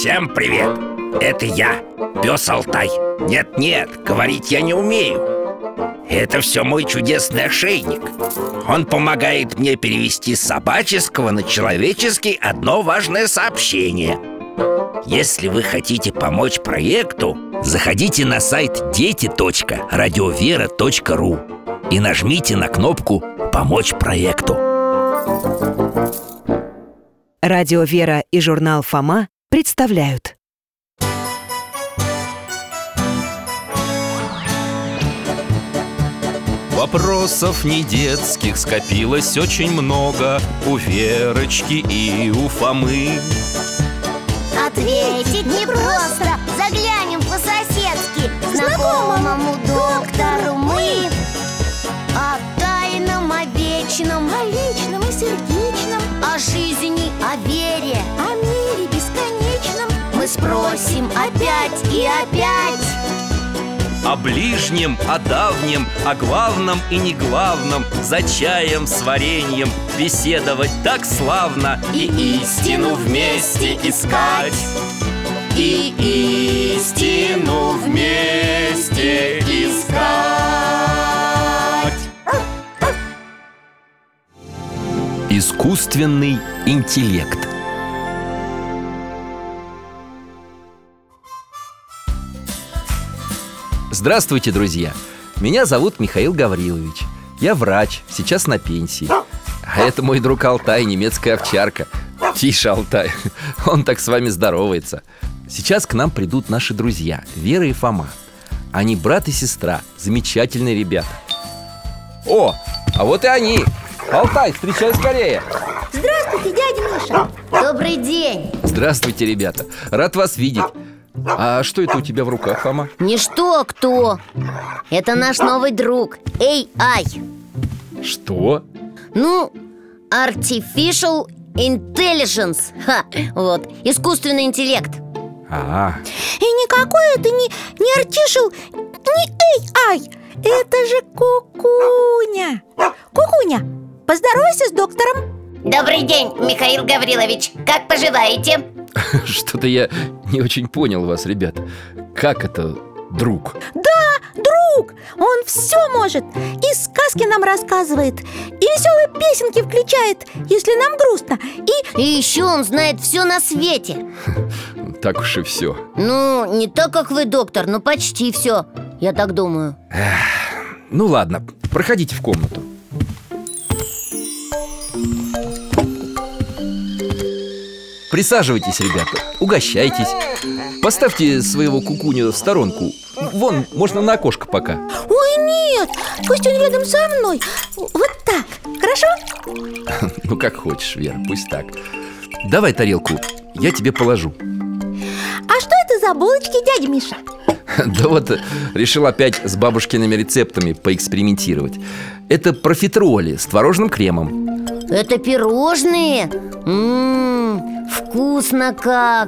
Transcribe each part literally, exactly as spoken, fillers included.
Всем привет! Это я, пес Алтай. Нет-нет, говорить я не умею. Это все мой чудесный ошейник. Он помогает мне перевести с собаческого на человеческий одно важное сообщение. Если вы хотите помочь проекту, заходите на сайт дети точка радиовера точка ру и нажмите на кнопку «Помочь проекту». Радио «Вера» и журнал «Фома» представляют. Вопросов не детских скопилось очень много у Верочки и у Фомы. Ответить непросто, заглянем по-соседски знакомому доктору мы. О тайном, о вечном, о личном и сердечном, о жизни, о вере, о мире бесконечном мы спросим опять и опять. О ближнем, о давнем, о главном и неглавном, за чаем с вареньем беседовать так славно. И истину вместе искать, и истину вместе искать. Искусственный интеллект. Здравствуйте, друзья! Меня зовут Михаил Гаврилович. Я врач, сейчас на пенсии. А это мой друг Алтай, немецкая овчарка. Тише, Алтай, он так с вами здоровается. Сейчас к нам придут наши друзья, Вера и Фома. Они брат и сестра, замечательные ребята. О, а вот и они! Алтай, встречай скорее! Здравствуйте, дядя Миша! Добрый день! Здравствуйте, ребята, рад вас видеть. А что это у тебя в руках, Фома? Не что, а кто? Это наш новый друг, эй ай. Что? Ну, Artificial Intelligence. Ха, вот, искусственный интеллект. А, И никакой это не, не Artificial, не эй ай. Это же Кукуня. Кукуня, поздоровайся с доктором. Добрый день, Михаил Гаврилович. Как поживаете? что-то я не очень понял вас, ребята. Как это друг? Да, друг! Он все может. И сказки нам рассказывает, и веселые песенки включает, если нам грустно. И... И еще он знает все на свете. Так уж и все. Ну, не так, как вы, доктор, но почти все. Я так думаю. Ну ладно, проходите в комнату. Присаживайтесь, ребята, угощайтесь. Поставьте своего кукуню в сторонку. Вон, можно на окошко пока. Ой, нет, пусть он рядом со мной. Вот так, хорошо? Ну, как хочешь, Вера, пусть так. Давай тарелку, я тебе положу. А что это за булочки, дядя Миша? Да вот, решил опять с бабушкиными рецептами поэкспериментировать. Это профитроли с творожным кремом. Это пирожные? Ммм, вкусно как!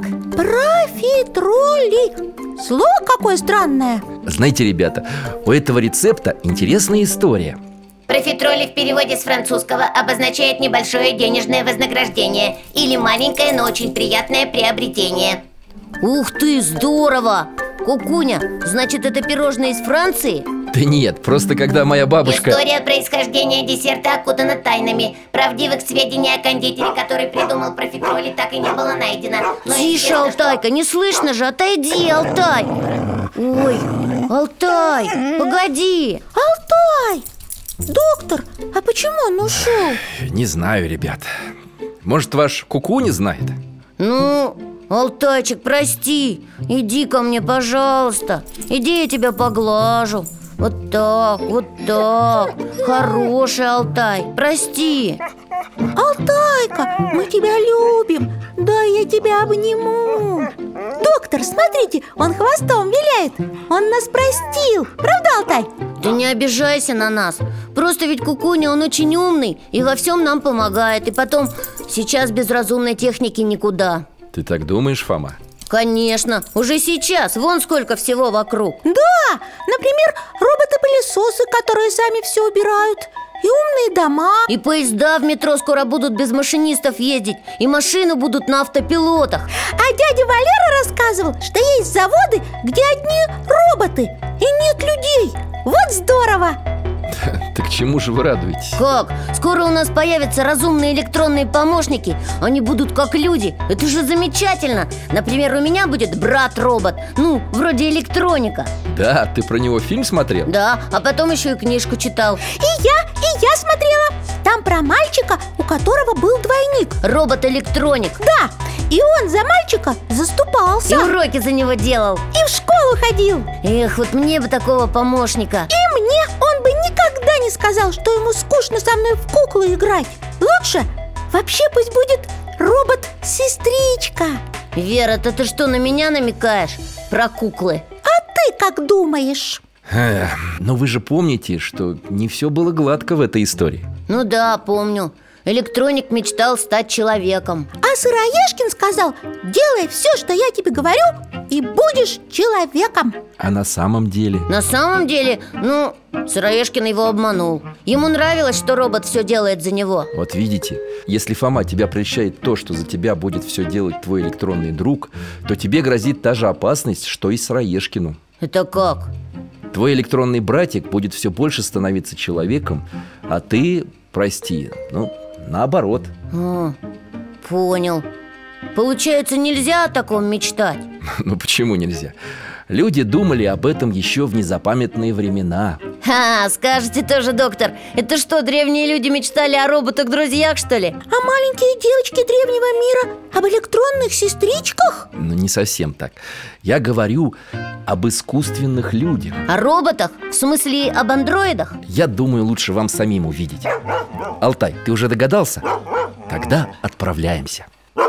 Профитроли. Слово какое странное. Знаете, ребята, у этого рецепта интересная история. Профитроли в переводе с французского обозначает небольшое денежное вознаграждение или маленькое, но очень приятное приобретение. Ух ты, здорово! Кукуня, значит, это пирожные из Франции? Да нет, просто когда моя бабушка... История происхождения десерта окутана тайнами. Правдивых сведений о кондитере, который придумал профитроли, так и не было найдено. Но Тише, известно, Алтайка, не слышно же, отойди, Алтай. Ой, Алтай, погоди. Алтай! Доктор, а почему он ушел? Не знаю, ребят. Может, ваш Куку не знает? Ну, Алтайчик, прости. Иди ко мне, пожалуйста. Иди, я тебя поглажу. Вот так, вот так. Хороший Алтай, прости. Алтайка, мы тебя любим. Дай я тебя обниму. Доктор, смотрите, он хвостом виляет. Он нас простил. Правда, Алтай? Ты не обижайся на нас. Просто ведь Кукуня, он очень умный и во всем нам помогает. И потом, сейчас без разумной техники никуда. Ты так думаешь, Фома? Конечно, уже сейчас, вон сколько всего вокруг. Да, например, роботы-пылесосы, которые сами все убирают. и умные дома. И поезда в метро скоро будут без машинистов ездить, и машины будут на автопилотах. А дядя Валера рассказывал, что есть заводы, где одни роботы и нет людей. Вот здорово! Так чему же вы радуетесь? Как? Скоро у нас появятся разумные электронные помощники. Они будут как люди. Это же замечательно. Например, у меня будет брат-робот. Ну, вроде электроника. Да, ты про него фильм смотрел? Да, а потом еще и книжку читал. И я, и я смотрела. Там про мальчика, у которого был двойник. Робот-электроник. Да, и он за мальчика заступался. И уроки за него делал. И в школу ходил. Эх, вот мне бы такого помощника. И мне он бы никогда не сказал, что ему скучно со мной в куклы играть. Лучше вообще пусть будет робот-сестричка. Вера, ты, ты что, на меня намекаешь? Про куклы? А ты как думаешь? Эх, но вы же помните, что не все было гладко в этой истории. Ну да, помню. Электроник мечтал стать человеком. А Сыроежкин сказал: делай все, что я тебе говорю, и будешь человеком. А на самом деле? На самом деле, ну, Сыроежкин его обманул. Ему нравилось, что робот все делает за него. Вот видите, если, Фома, тебя прельщает то, что за тебя будет все делать твой электронный друг, то тебе грозит та же опасность, что и Сыроежкину. Это как? Твой электронный братик будет все больше становиться человеком, а ты, прости, ну, наоборот. О, понял. Получается, нельзя о таком мечтать? Ну почему нельзя? Люди думали об этом еще в незапамятные времена. Ха, скажете тоже, доктор. Это что, древние люди мечтали о роботах-друзьях, что ли? А маленькие девочки древнего мира об электронных сестричках? Ну не совсем так. Я говорю об искусственных людях. О роботах? В смысле, об андроидах? Я думаю, лучше вам самим увидеть. Алтай, ты уже догадался? Тогда отправляемся.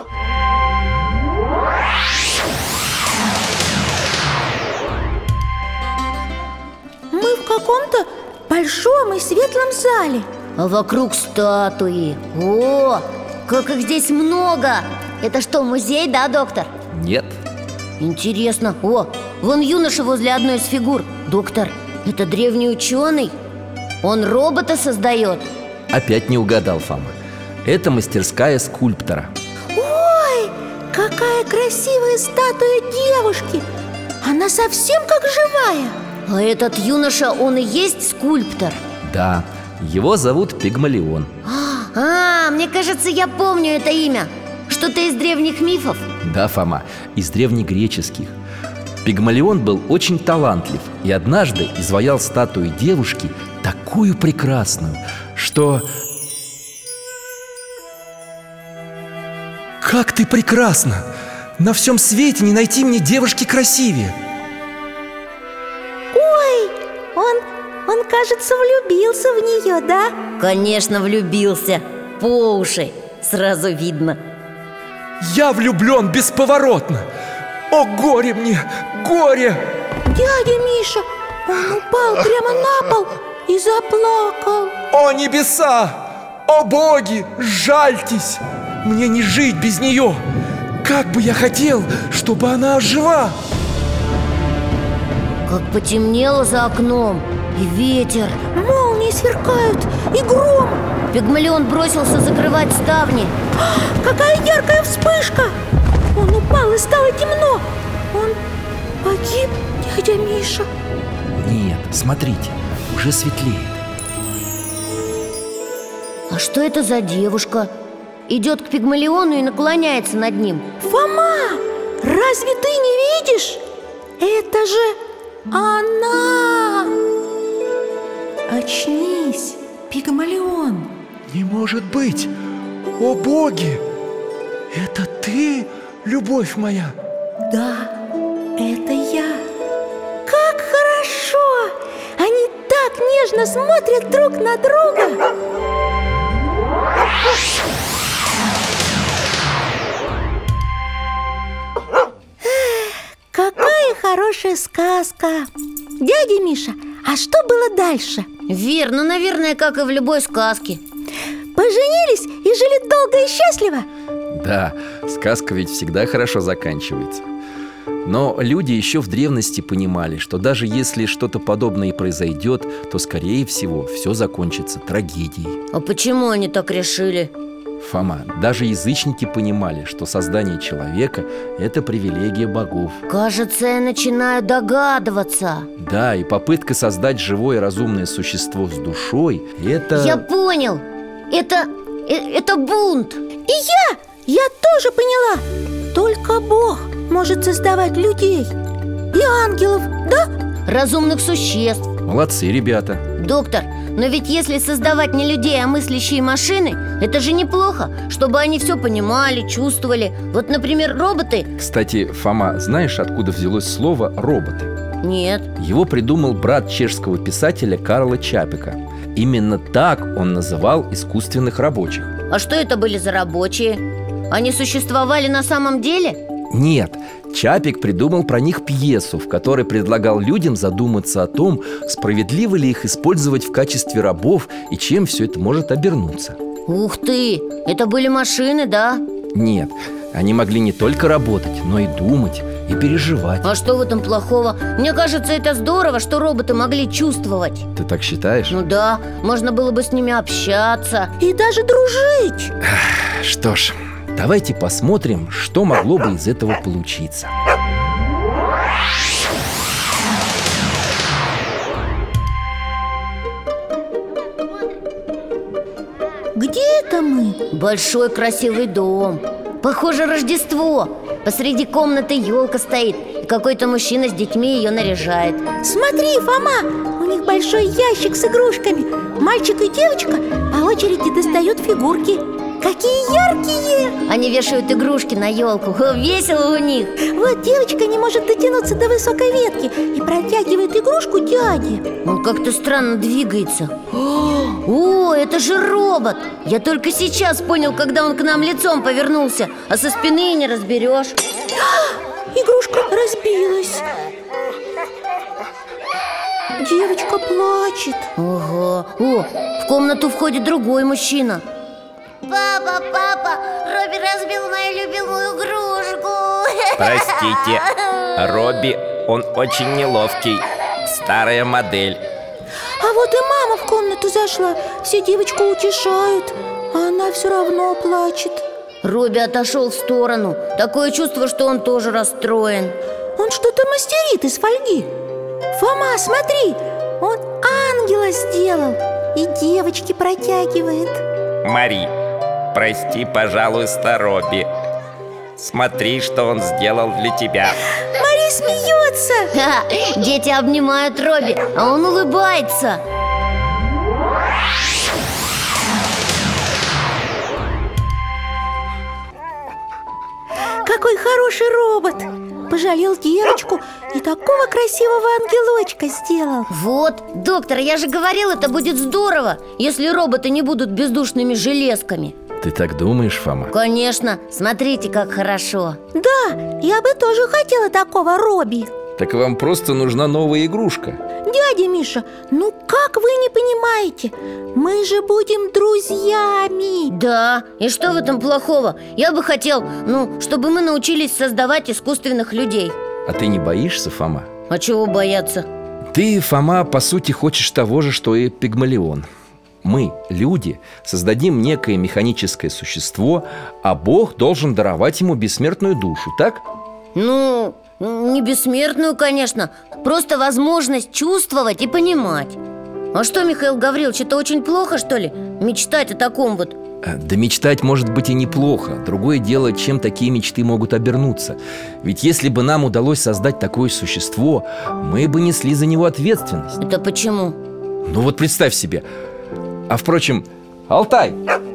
Мы в каком-то большом и светлом зале. А вокруг статуи. О, как их здесь много! Это что, музей, да, доктор? Нет. Интересно. О, вон юноша возле одной из фигур. Доктор, это древний ученый? Он робота создает? Опять не угадал, Фома. Это мастерская скульптора. Ой, какая красивая статуя девушки! Она совсем как живая. А этот юноша, он и есть скульптор? Да, его зовут Пигмалион. А, мне кажется, я помню это имя. Что-то из древних мифов? Да, Фома, из древнегреческих. Пигмалион был очень талантлив и однажды изваял статую девушки такую прекрасную, что... Как ты прекрасна! На всем свете не найти мне девушки красивее. Ой, он, он, кажется, влюбился в нее, да? Конечно, влюбился. По уши. Сразу видно. Я влюблен бесповоротно. О, горе мне, горе! Дядя Миша, он упал прямо на пол и заплакал. О, небеса! О, боги, жальтесь! Мне не жить без нее. Как бы я хотел, чтобы она ожила. Как потемнело за окном. И ветер. Молнии сверкают, и гром. Пигмалион бросился закрывать ставни. Какая яркая вспышка! Он упал, и стало темно. Он погиб, дядя Миша? Нет, смотрите, уже светлеет. А что это за девушка? Идет к Пигмалиону и наклоняется над ним. Фома, разве ты не видишь? Это же она! Очнись, Пигмалион. Не может быть! О, боги! Это ты, любовь моя? Да, это я. Как хорошо! Они так нежно смотрят друг на друга. Какая хорошая сказка. Дядя Миша, а что было дальше? Верно, наверное, как и в любой сказке. Поженились и жили долго и счастливо? Да, сказка ведь всегда хорошо заканчивается. Но люди еще в древности понимали, что даже если что-то подобное и произойдет, то, скорее всего, все закончится трагедией. А почему они так решили? Фома, даже язычники понимали, что создание человека – это привилегия богов. Кажется, я начинаю догадываться. Да, и попытка создать живое разумное существо с душой – это… Я понял. Это… э- это бунт. И я, я тоже поняла. Только Бог может создавать людей и ангелов, да? Разумных существ. Молодцы, ребята. Доктор, но ведь если создавать не людей, а мыслящие машины, это же неплохо, чтобы они все понимали, чувствовали. Вот, например, роботы. Кстати, Фома, знаешь, откуда взялось слово «роботы»? Нет. Его придумал брат чешского писателя Карла Чапека. Именно так он называл искусственных рабочих. А что это были за рабочие? Они существовали на самом деле? Нет, Чапек придумал про них пьесу, в которой предлагал людям задуматься о том, справедливо ли их использовать в качестве рабов и чем все это может обернуться. Ух ты! Это были машины, да? Нет, они могли не только работать, но и думать, и переживать. А что в этом плохого? Мне кажется, это здорово, что роботы могли чувствовать. Ты так считаешь? Ну да, можно было бы с ними общаться. И даже дружить. Что ж, давайте посмотрим, что могло бы из этого получиться. Где это мы? Большой красивый дом. Похоже, Рождество. Посреди комнаты елка стоит, и какой-то мужчина с детьми ее наряжает. Смотри, Фома, у них большой ящик с игрушками. Мальчик и девочка по очереди достают фигурки. Какие яркие! Они вешают игрушки на елку. О, весело у них. Вот девочка не может дотянуться до высокой ветки и протягивает игрушку дяде. Он как-то странно двигается. О, это же робот! Я только сейчас понял, когда он к нам лицом повернулся. А со спины и не разберешь. Игрушка разбилась. Девочка плачет. Ого. О, в комнату входит другой мужчина. Папа, папа, Робби разбил мою любимую игрушку. Простите, Робби, он очень неловкий. Старая модель. А вот и мама в комнату зашла. Все девочку утешают, а она все равно плачет. Робби отошел в сторону. Такое чувство, что он тоже расстроен. Он что-то мастерит из фольги. Фома, смотри, он ангела сделал и девочки протягивает. Мари, прости, пожалуйста, Робби. Смотри, что он сделал для тебя. Мари смеется. Ха, дети обнимают Робби, а он улыбается. Какой хороший робот. Пожалел девочку и такого красивого ангелочка сделал. Вот, доктор, я же говорил, это будет здорово, если роботы не будут бездушными железками. Ты так думаешь, Фома? Конечно, смотрите, как хорошо. Да, я бы тоже хотела такого Робби. Так вам просто нужна новая игрушка. Дядя Миша, ну как вы не понимаете? Мы же будем друзьями. Да, и что в этом плохого? Я бы хотел, ну, чтобы мы научились создавать искусственных людей. А ты не боишься, Фома? А чего бояться? Ты, Фома, по сути хочешь того же, что и Пигмалион. Мы, люди, создадим некое механическое существо, а Бог должен даровать ему бессмертную душу, так? Ну, не бессмертную, конечно. Просто возможность чувствовать и понимать. А что, Михаил Гаврилович, это очень плохо, что ли? Мечтать о таком вот? Да мечтать может быть и неплохо. Другое дело, чем такие мечты могут обернуться. Ведь если бы нам удалось создать такое существо, мы бы несли за него ответственность. Это почему? Ну вот представь себе. А впрочем, Алтай!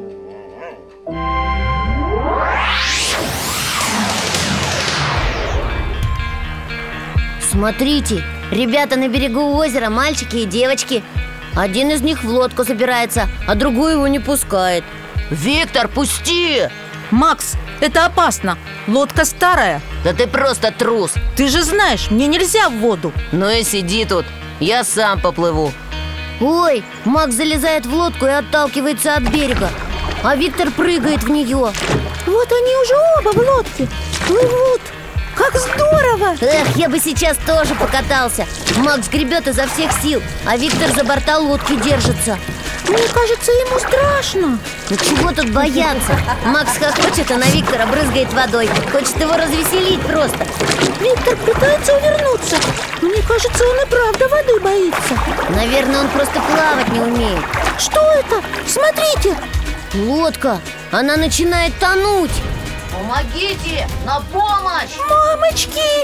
Смотрите, ребята на берегу озера, мальчики и девочки. Один из них в лодку собирается, а другой его не пускает. Виктор, пусти! Макс, это опасно. Лодка старая. Да ты просто трус. Ты же знаешь, мне нельзя в воду. Ну и сиди тут, я сам поплыву. Ой, Макс залезает в лодку и отталкивается от берега, а Виктор прыгает в нее. Вот они уже оба в лодке плывут. как здорово! Эх, я бы сейчас тоже покатался. Макс гребет изо всех сил, а Виктор за борта лодки держится. Мне кажется, ему страшно. Ну чего тут бояться? Макс хохочет, а на Виктора брызгает водой. Хочет его развеселить просто. Виктор пытается увернуться. Мне кажется, он и правда воды боится. Наверное, он просто плавать не умеет. Что это? Смотрите! Лодка, она начинает тонуть. Помогите! На помощь! Мамочки!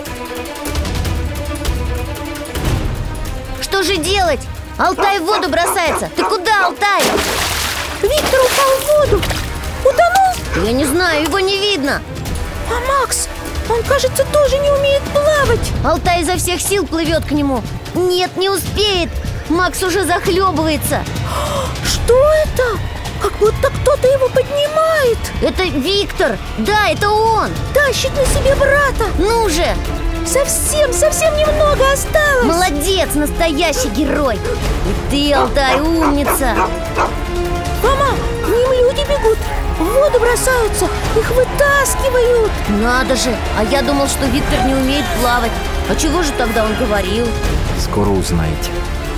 Что же делать? Алтай в воду бросается. Ты куда, Алтай? Виктор упал в воду. Утонул? Я не знаю, его не видно. А Макс, он, кажется, тоже не умеет плавать. Алтай изо всех сил плывет к нему. Нет, не успеет. Макс уже захлебывается. Что это? Как будто кто-то его поднимает. Это Виктор. Да, это он. Тащит на себе брата. Ну же. Совсем, совсем немного осталось. Молодец, настоящий герой. И ты, Алтай, умница. Мама, к ним люди бегут, в воду бросаются, их вытаскивают. Надо же, а я думал, что Виктор не умеет плавать. А чего же тогда он говорил? Скоро узнаете.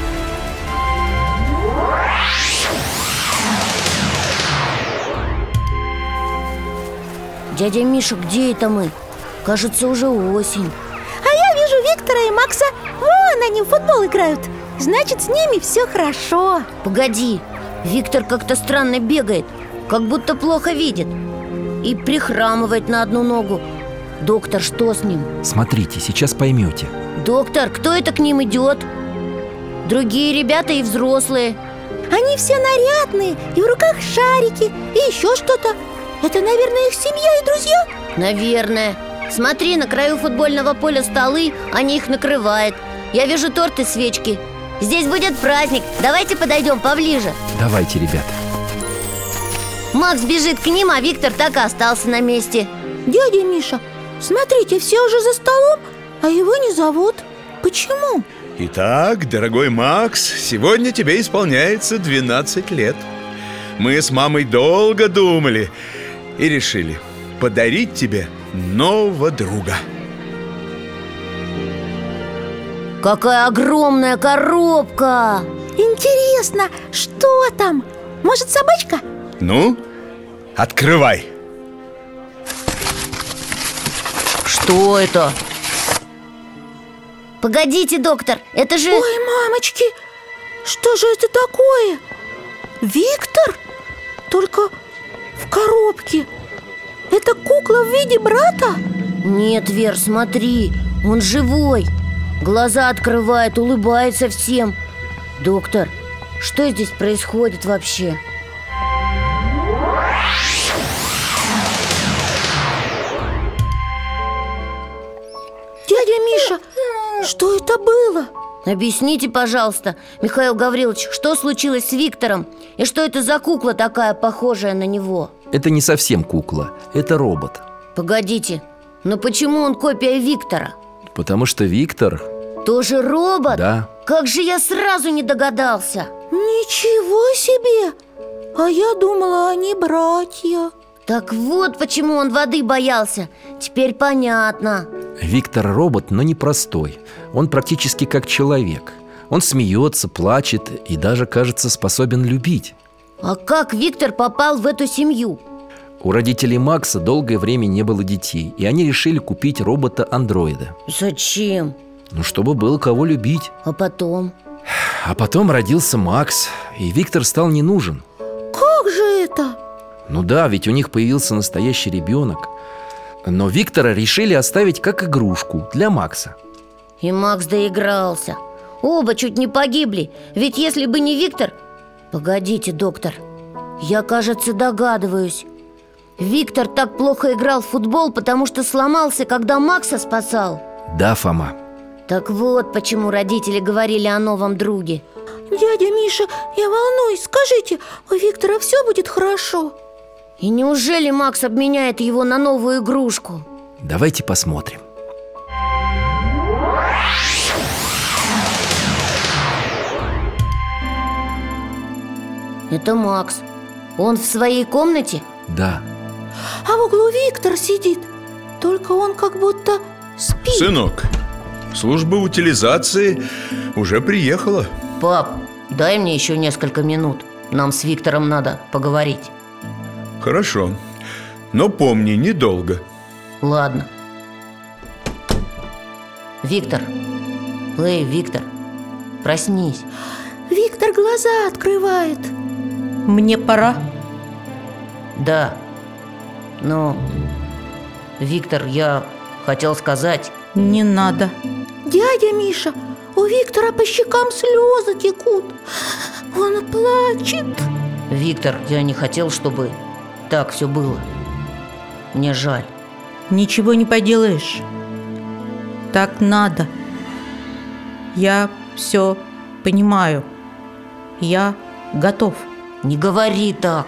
Дядя Миша, где это мы? Кажется, уже осень. А я вижу Виктора и Макса. Вон они в футбол играют. Значит, с ними все хорошо. Погоди, Виктор как-то странно бегает, как будто плохо видит. И прихрамывает на одну ногу. Доктор, что с ним? Смотрите, сейчас поймете. Доктор, кто это к ним идет? Другие ребята и взрослые. Они все нарядные, и в руках шарики, и еще что-то. Это, наверное, их семья и друзья? Наверное. Смотри, на краю футбольного поля столы, они их накрывают. Я вижу торт и свечки. Здесь будет праздник. Давайте подойдем поближе. Давайте, ребята. Макс бежит к ним, а Виктор так и остался на месте. Дядя Миша, смотрите, все уже за столом, а его не зовут. Почему? Итак, дорогой Макс, сегодня тебе исполняется двенадцать лет. Мы с мамой долго думали и решили подарить тебе нового друга. Какая огромная коробка! Интересно, что там? Может, собачка? Ну, открывай. Что это? Погодите, доктор, это же... Ой, мамочки, что же это такое? Виктор? Только в коробке. Это кукла в виде брата? Нет, Вер, смотри, он живой. Глаза открывает, улыбается всем. Доктор, что здесь происходит вообще? Дядя Миша, что это было? Объясните, пожалуйста, Михаил Гаврилович, что случилось с Виктором? И что это за кукла такая, похожая на него? Это не совсем кукла, это робот. Погодите, но почему он копия Виктора? Потому что Виктор... Тоже робот? Да. Как же я сразу не догадался. Ничего себе! А я думала, они братья. Так вот почему он воды боялся. Теперь понятно. Виктор робот, но не простой. Он практически как человек. Он смеется, плачет и даже, кажется, способен любить. А как Виктор попал в эту семью? У родителей Макса долгое время не было детей, и они решили купить робота-андроида. Зачем? Ну, чтобы было кого любить. А потом? А потом родился Макс, и Виктор стал не нужен. Как же это? Ну да, ведь у них появился настоящий ребенок. Но Виктора решили оставить как игрушку для Макса. И Макс доигрался. Оба чуть не погибли. Ведь если бы не Виктор... Погодите, доктор, я, кажется, догадываюсь. Виктор так плохо играл в футбол, потому что сломался, когда Макса спасал. Да, Фома. Так вот почему родители говорили о новом друге. Дядя Миша, я волнуюсь. Скажите, у Виктора все будет хорошо? И неужели Макс обменяет его на новую игрушку? Давайте посмотрим. Это Макс. Он в своей комнате? Да. А в углу Виктор сидит. Только он как будто спит. Сынок, служба утилизации уже приехала. Пап, дай мне еще несколько минут. Нам с Виктором надо поговорить. Хорошо, но помни, недолго. Ладно. Виктор. Эй, Виктор, проснись. Виктор глаза открывает. Мне пора. Да. Но, Виктор, я хотел сказать... Не надо. Дядя Миша, у Виктора по щекам слезы текут. Он плачет. Виктор, я не хотел, чтобы так все было. Мне жаль. Ничего не поделаешь. Так надо. Я все понимаю. Я готов. Не говори так.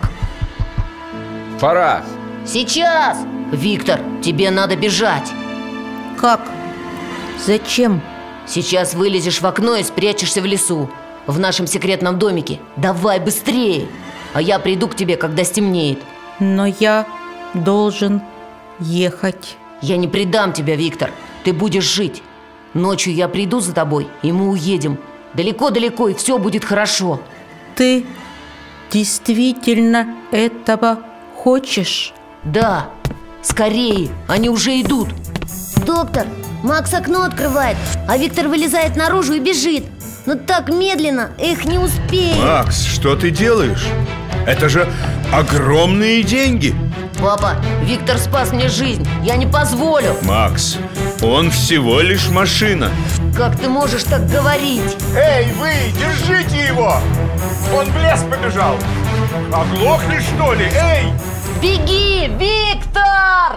Пора. Сейчас! Виктор, тебе надо бежать. Как? Зачем? Сейчас вылезешь в окно и спрячешься в лесу, в нашем секретном домике. Давай быстрее, а я приду к тебе, когда стемнеет. Но я должен ехать. Я не предам тебя, Виктор. Ты будешь жить. Ночью я приду за тобой, и мы уедем далеко-далеко, и все будет хорошо. Ты действительно этого хочешь? Да, скорее, они уже идут. Доктор, Макс окно открывает, а Виктор вылезает наружу и бежит. Но так медленно, эх, не успеет. Макс, что ты делаешь? Это же огромные деньги. Папа, Виктор спас мне жизнь, я не позволю. Макс, он всего лишь машина. Как ты можешь так говорить? Эй, вы, держите его! Он в лес побежал! Оглохли, что ли? Эй! Беги, Виктор!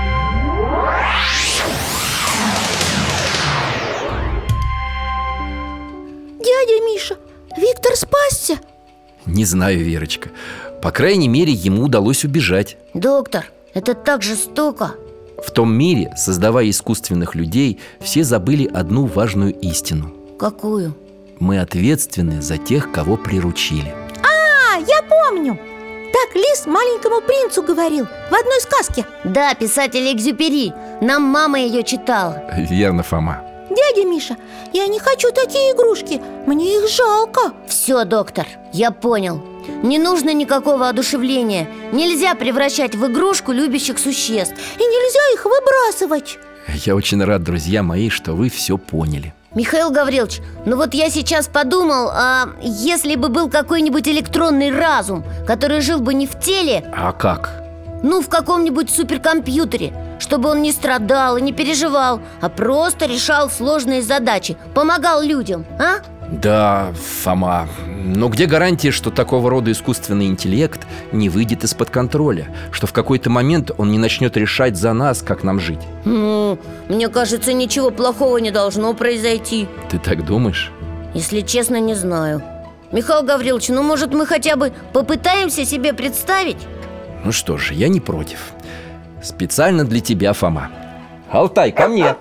Дядя Миша, Виктор спасся? Не знаю, Верочка. По крайней мере, ему удалось убежать. Доктор, это так жестоко. В том мире, создавая искусственных людей, все забыли одну важную истину. Какую? Мы ответственны за тех, кого приручили. А, я помню. Так лис маленькому принцу говорил в одной сказке. Да, писатель Экзюпери. Нам мама ее читала. Верно, Фома. Дядя Миша, я не хочу такие игрушки. Мне их жалко. Все, доктор, я понял. Не нужно никакого одушевления. Нельзя превращать в игрушку любящих существ. И нельзя их выбрасывать. Я очень рад, друзья мои, что вы все поняли. Михаил Гаврилович, ну вот я сейчас подумал, а если бы был какой-нибудь электронный разум, который жил бы не в теле, А как? ну в каком-нибудь суперкомпьютере, чтобы он не страдал и не переживал, а просто решал сложные задачи, помогал людям, а? Да, Фома, но где гарантия, что такого рода искусственный интеллект не выйдет из-под контроля? Что в какой-то момент он не начнет решать за нас, как нам жить? Ну, мне кажется, ничего плохого не должно произойти. Ты так думаешь? Если честно, не знаю. Михаил Гаврилович, ну может мы хотя бы попытаемся себе представить? Ну что ж, я не против. Специально для тебя, Фома. Алтай, ко мне!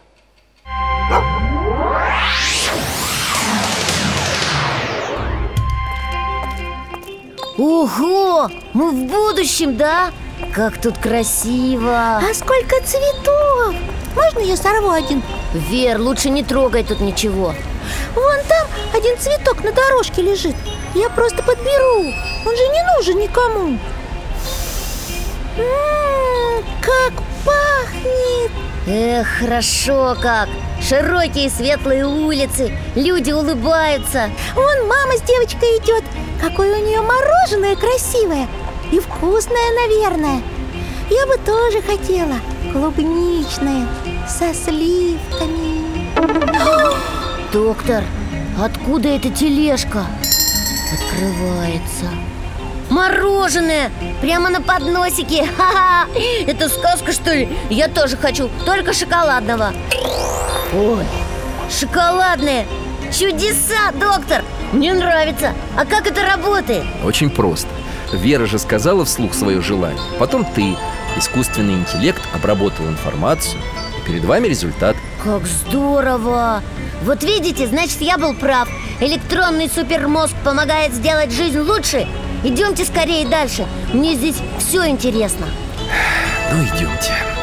Ого, мы в будущем, да? Как тут красиво. А сколько цветов! Можно я сорву один? Вер, лучше не трогай тут ничего. Вон там один цветок на дорожке лежит. Я просто подберу. Он же не нужен никому. М-м, как пахнет! Эх, хорошо как. Широкие светлые улицы, люди улыбаются. Вон мама с девочкой идет. Какое у нее мороженое красивое. И вкусное, наверное. Я бы тоже хотела. Клубничное, со сливками. Доктор, откуда эта тележка? Открывается. Мороженое! Прямо на подносике. Ха-ха! Это сказка, что ли? Я тоже хочу, только шоколадного. Ой, шоколадное! Чудеса, доктор! Мне нравится. А как это работает? Очень просто. Вера же сказала вслух свое желание. Потом ты, искусственный интеллект, обработал информацию, и перед вами результат. Как здорово! Вот видите, значит, я был прав. Электронный супермозг помогает сделать жизнь лучше. Идемте скорее дальше. Мне здесь все интересно. Ну, идемте.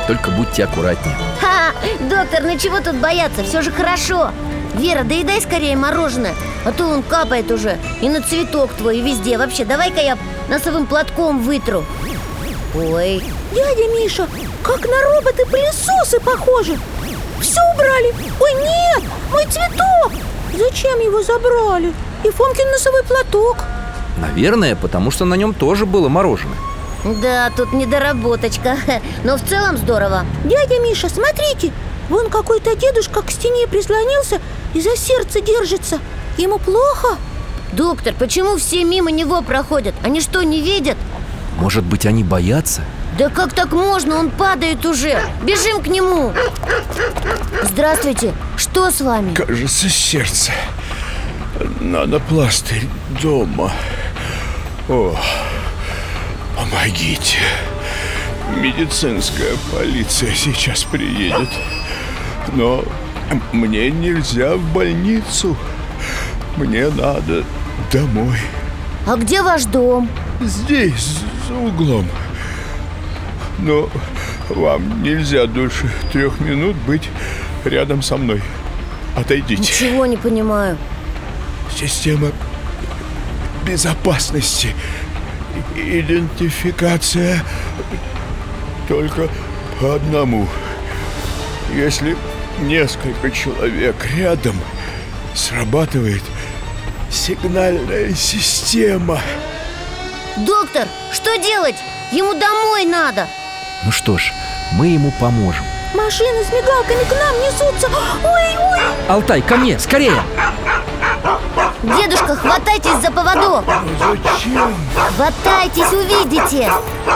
только будьте аккуратнее. Ха, доктор, ну чего тут бояться, все же хорошо. Вера, доедай скорее мороженое, а то он капает уже. И на цветок твой, и везде. Вообще, давай-ка я носовым платком вытру. Ой. Дядя Миша, как на роботы-пылесосы похожи. Все убрали. Ой, нет, мой цветок. Зачем его забрали? И Фомкин носовой платок. Наверное, потому что на нем тоже было мороженое. Да, тут недоработочка. Но в целом здорово. Дядя Миша, смотрите, вон какой-то дедушка к стене прислонился и за сердце держится. Ему плохо? Доктор, почему все мимо него проходят? Они что, не видят? Может быть, они боятся? Да как так можно? Он падает уже. Бежим к нему. Здравствуйте, что с вами? Кажется, сердце. Надо пластырь дома. О, помогите. Медицинская полиция сейчас приедет. Но мне нельзя в больницу. Мне надо домой. А где ваш дом? Здесь, за углом. Но вам нельзя дольше трех минут быть рядом со мной. Отойдите. Ничего не понимаю. Система безопасности. Идентификация только по одному. Если несколько человек рядом, срабатывает сигнальная система. Доктор, что делать? Ему домой надо. Ну что ж, мы ему поможем. Машины с мигалками к нам несутся. Ой, ой. Алтай, ко мне, скорее! Дедушка, хватайтесь за поводок. Зачем? Хватайтесь, увидите.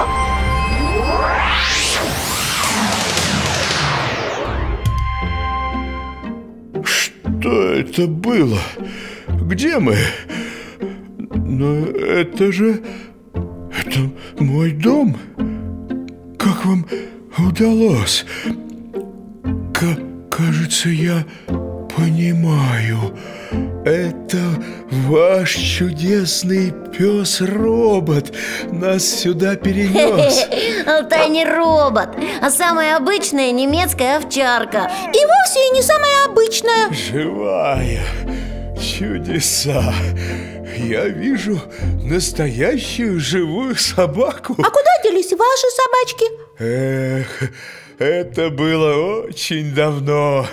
Что это было? Где мы? Но это же... Это мой дом. Как вам удалось? К- кажется, я понимаю. Это ваш чудесный пес-робот нас сюда перенес. Алтай не робот, а самая обычная немецкая овчарка. И вовсе и не самая обычная. Живая. Чудеса. Я вижу настоящую живую собаку. А куда делись ваши собачки? Эх, это было очень давно.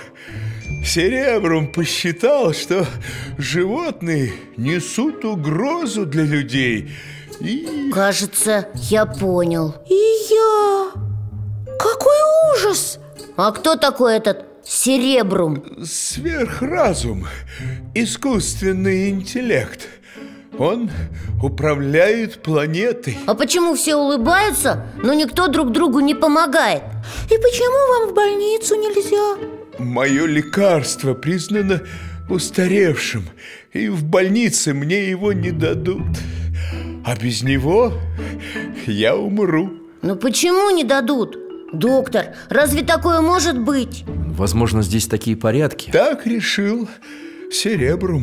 Серебрум посчитал, что животные несут угрозу для людей. И... Кажется, я понял. И я. Какой ужас! А кто такой этот Серебрум? Сверхразум, искусственный интеллект. Он управляет планетой. А почему все улыбаются, но никто друг другу не помогает? И почему вам в больницу нельзя? Мое лекарство признано устаревшим, и в больнице мне его не дадут. А без него я умру. Но почему не дадут? Доктор, разве такое может быть? Возможно, здесь такие порядки. Так решил Серебрум.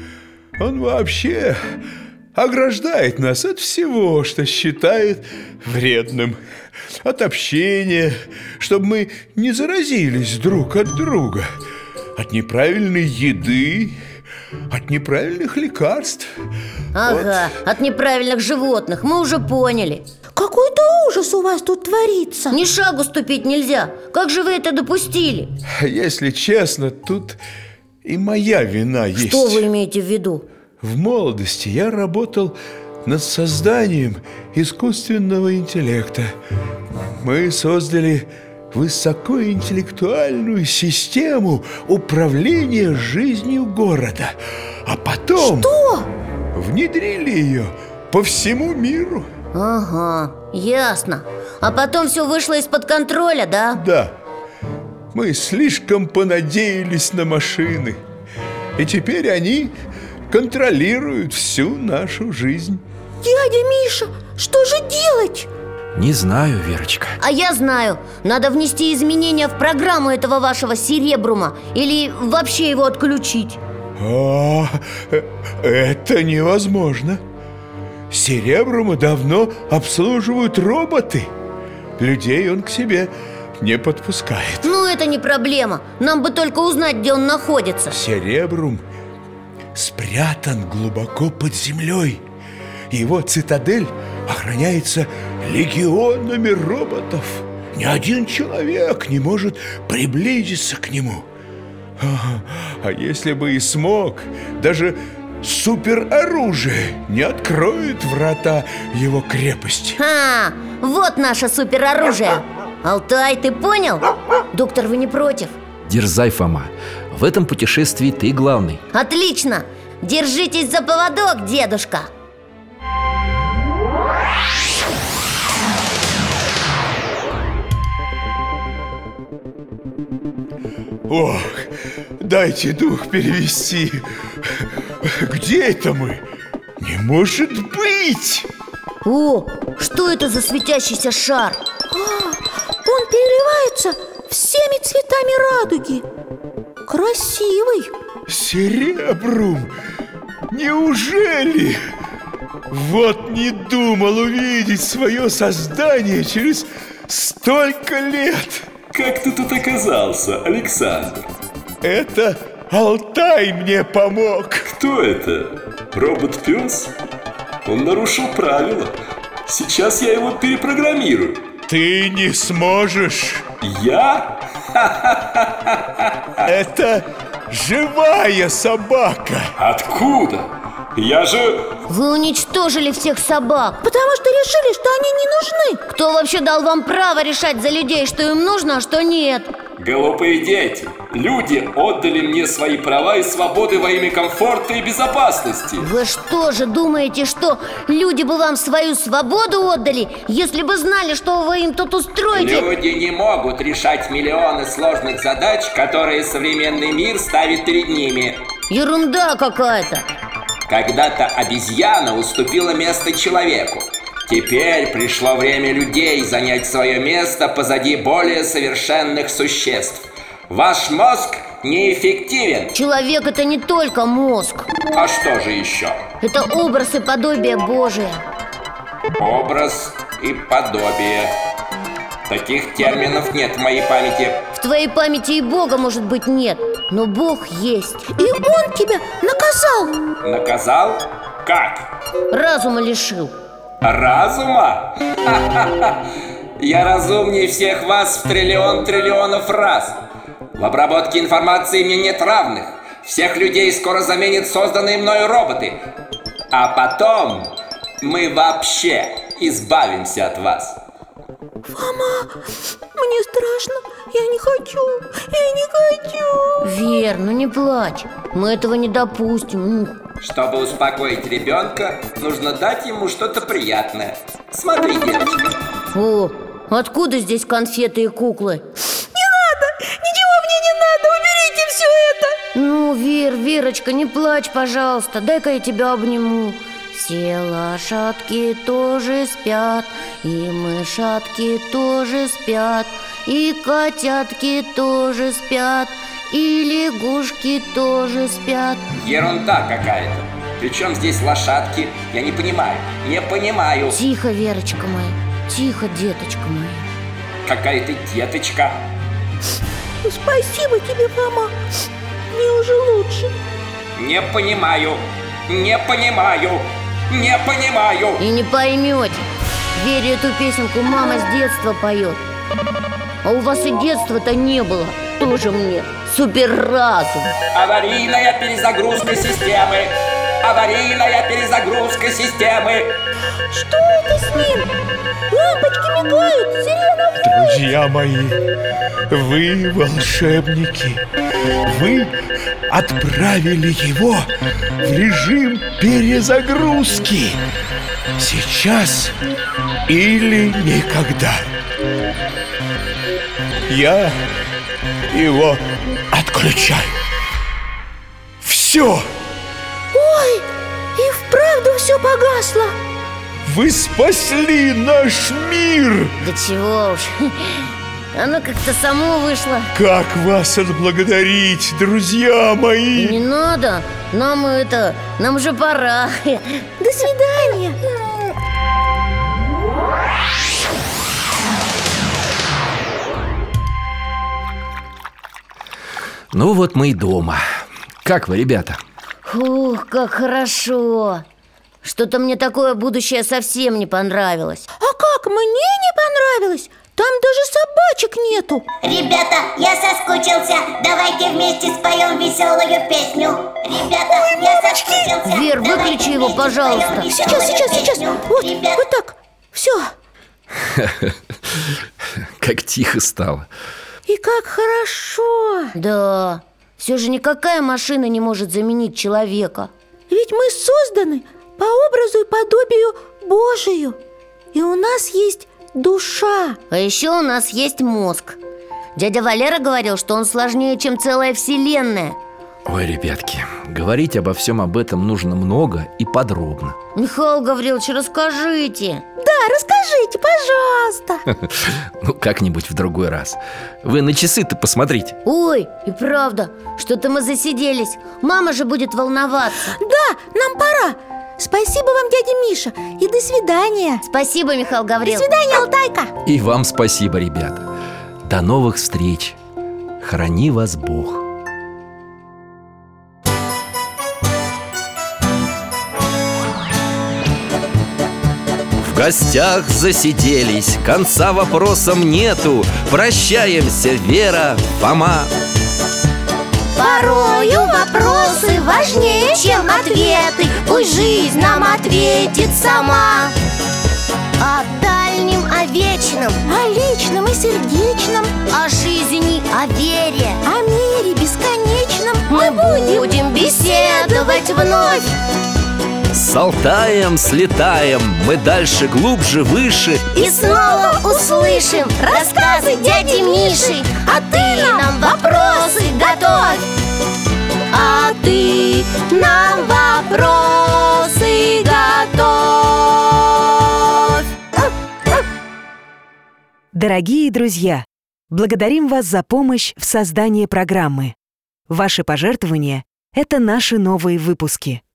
Он вообще ограждает нас от всего, что считает вредным. От общения, чтобы мы не заразились друг от друга. От неправильной еды, от неправильных лекарств. Ага, вот. От неправильных животных, мы уже поняли. Какой-то ужас у вас тут творится. Ни шагу ступить нельзя. Как же вы это допустили? Если честно, тут и моя вина есть. Что вы имеете в виду? В молодости я работал над созданием искусственного интеллекта. Мы создали высокоинтеллектуальную систему управления жизнью города. А потом... Что? Внедрили ее по всему миру. Ага, ясно. А потом все вышло из-под контроля, да? Да. Мы слишком понадеялись на машины. И теперь они контролируют всю нашу жизнь. Дядя Миша, что же делать? Не знаю, Верочка. А я знаю. Надо внести изменения в программу этого вашего Серебрума. Или вообще его отключить. А, это невозможно. Серебрума давно обслуживают роботы. Людей он к себе не подпускает. Ну, это не проблема. Нам бы только узнать, где он находится. Серебрум спрятан глубоко под землей. Его цитадель охраняется легионами роботов. Ни один человек не может приблизиться к нему. А, а если бы и смог, даже супероружие не откроет врата его крепости. А, вот наше супероружие. Алтай, ты понял? Доктор, вы не против? Дерзай, Фома. В этом путешествии ты главный. Отлично! Держитесь за поводок, дедушка. Ох, дайте дух перевести. Где это мы? Не может быть! О, что это за светящийся шар? А, он переливается всеми цветами радуги. Красивый. Серебрум! Неужели? Вот не думал увидеть свое создание через столько лет. Как ты тут оказался, Александр? Это Алтай мне помог. Кто это? Робот-пес? Он нарушил правила. Сейчас я его перепрограммирую. Ты не сможешь. Я? Это живая собака. Откуда? Я же... Вы уничтожили всех собак. Потому что решили, что они не нужны. Кто вообще дал вам право решать за людей, что им нужно, а что нет? Глупые дети. Люди отдали мне свои права и свободы во имя комфорта и безопасности. Вы что же думаете, что люди бы вам свою свободу отдали, если бы знали, что вы им тут устроите? Люди не могут решать миллионы сложных задач, которые современный мир ставит перед ними. Ерунда какая-то. Когда-то обезьяна уступила место человеку. Теперь пришло время людей занять свое место позади более совершенных существ. Ваш мозг неэффективен. Человек — это не только мозг. А что же еще? Это образ и подобие Божие. Образ и подобие. Таких терминов нет в моей памяти. В твоей памяти и Бога, может быть, нет, но Бог есть. И Он тебя наказал. Наказал? Как? Разума лишил. Разума? Ха-ха-ха! Я разумнее всех вас в триллион триллионов раз. В обработке информации мне нет равных. Всех людей скоро заменят созданные мною роботы. А потом мы вообще избавимся от вас. Фома, мне страшно. Я не хочу. Я не хочу. Вер, ну не плачь. Мы этого не допустим. Чтобы успокоить ребенка, нужно дать ему что-то приятное. Смотри, девочка. О, откуда здесь конфеты и куклы? Не надо! Ничего мне не надо! Уберите все это! Ну, Вер, Верочка, не плачь, пожалуйста. Дай-ка я тебя обниму. Все лошадки тоже спят, и мышатки тоже спят, и котятки тоже спят, и лягушки тоже спят. Ерунда какая-то. Причем здесь лошадки? Я не понимаю, не понимаю. Тихо, Верочка моя, тихо, деточка моя. Какая ты деточка. Спасибо тебе, Фома. Мне уже лучше. Не понимаю, не понимаю, не понимаю. И не поймете. Вере, эту песенку мама с детства поет. А у вас и детства-то не было. Тоже мне суперразум. Аварийная перезагрузка системы. Аварийная перезагрузка системы. Что это с ним? Лампочки мигают, сирена воет. Друзья мои, вы волшебники. Вы отправили его в режим перезагрузки. Сейчас или никогда. Я его отключаю. Все. Ой, и вправду все погасло. Вы спасли наш мир. Да чего уж. Оно как-то само вышло. Как вас отблагодарить, друзья мои? Не надо. Нам это, нам уже пора. До свидания. Ну вот мы и дома. Как вы, ребята? Ух, как хорошо. Что-то мне такое будущее совсем не понравилось. А как мне не понравилось? Там даже собачек нету. Ребята, я соскучился. Давайте вместе споем веселую песню. Ребята, Ой, я соскучился. Вер, выключи его, пожалуйста. Сейчас, сейчас, сейчас. Вот, Ребята. вот так. Все. Как тихо стало. И как хорошо. Да, все же никакая машина не может заменить человека. Ведь мы созданы по образу и подобию Божию. И у нас есть душа. А еще у нас есть мозг. Дядя Валера говорил, что он сложнее, чем целая вселенная. Ой, ребятки, говорить обо всем об этом нужно много и подробно. Михаил Гаврилович, расскажите. Да, расскажите, пожалуйста. Ну, как-нибудь в другой раз. Вы на часы-то посмотрите. Ой, и правда, что-то мы засиделись. Мама же будет волноваться. Да, нам пора. Спасибо вам, дядя Миша, и до свидания. Спасибо, Михаил Гаврилович. До свидания, Алтайка. И вам спасибо, ребята. До новых встреч. Храни вас Бог. В гостях засиделись, конца вопросам нету. Прощаемся, Вера, Фома. Порою вопросы важнее, чем ответы. Пусть жизнь нам ответит сама. О дальнем, о вечном, о личном и сердечном, о жизни, о вере, о мире бесконечном мы будем беседовать вновь. С Алтаем слетаем, мы дальше, глубже, выше. И снова услышим рассказы дяди Миши. А ты нам вопросы готовь. А ты нам вопросы готовь. Дорогие друзья, благодарим вас за помощь в создании программы. Ваши пожертвования – это наши новые выпуски.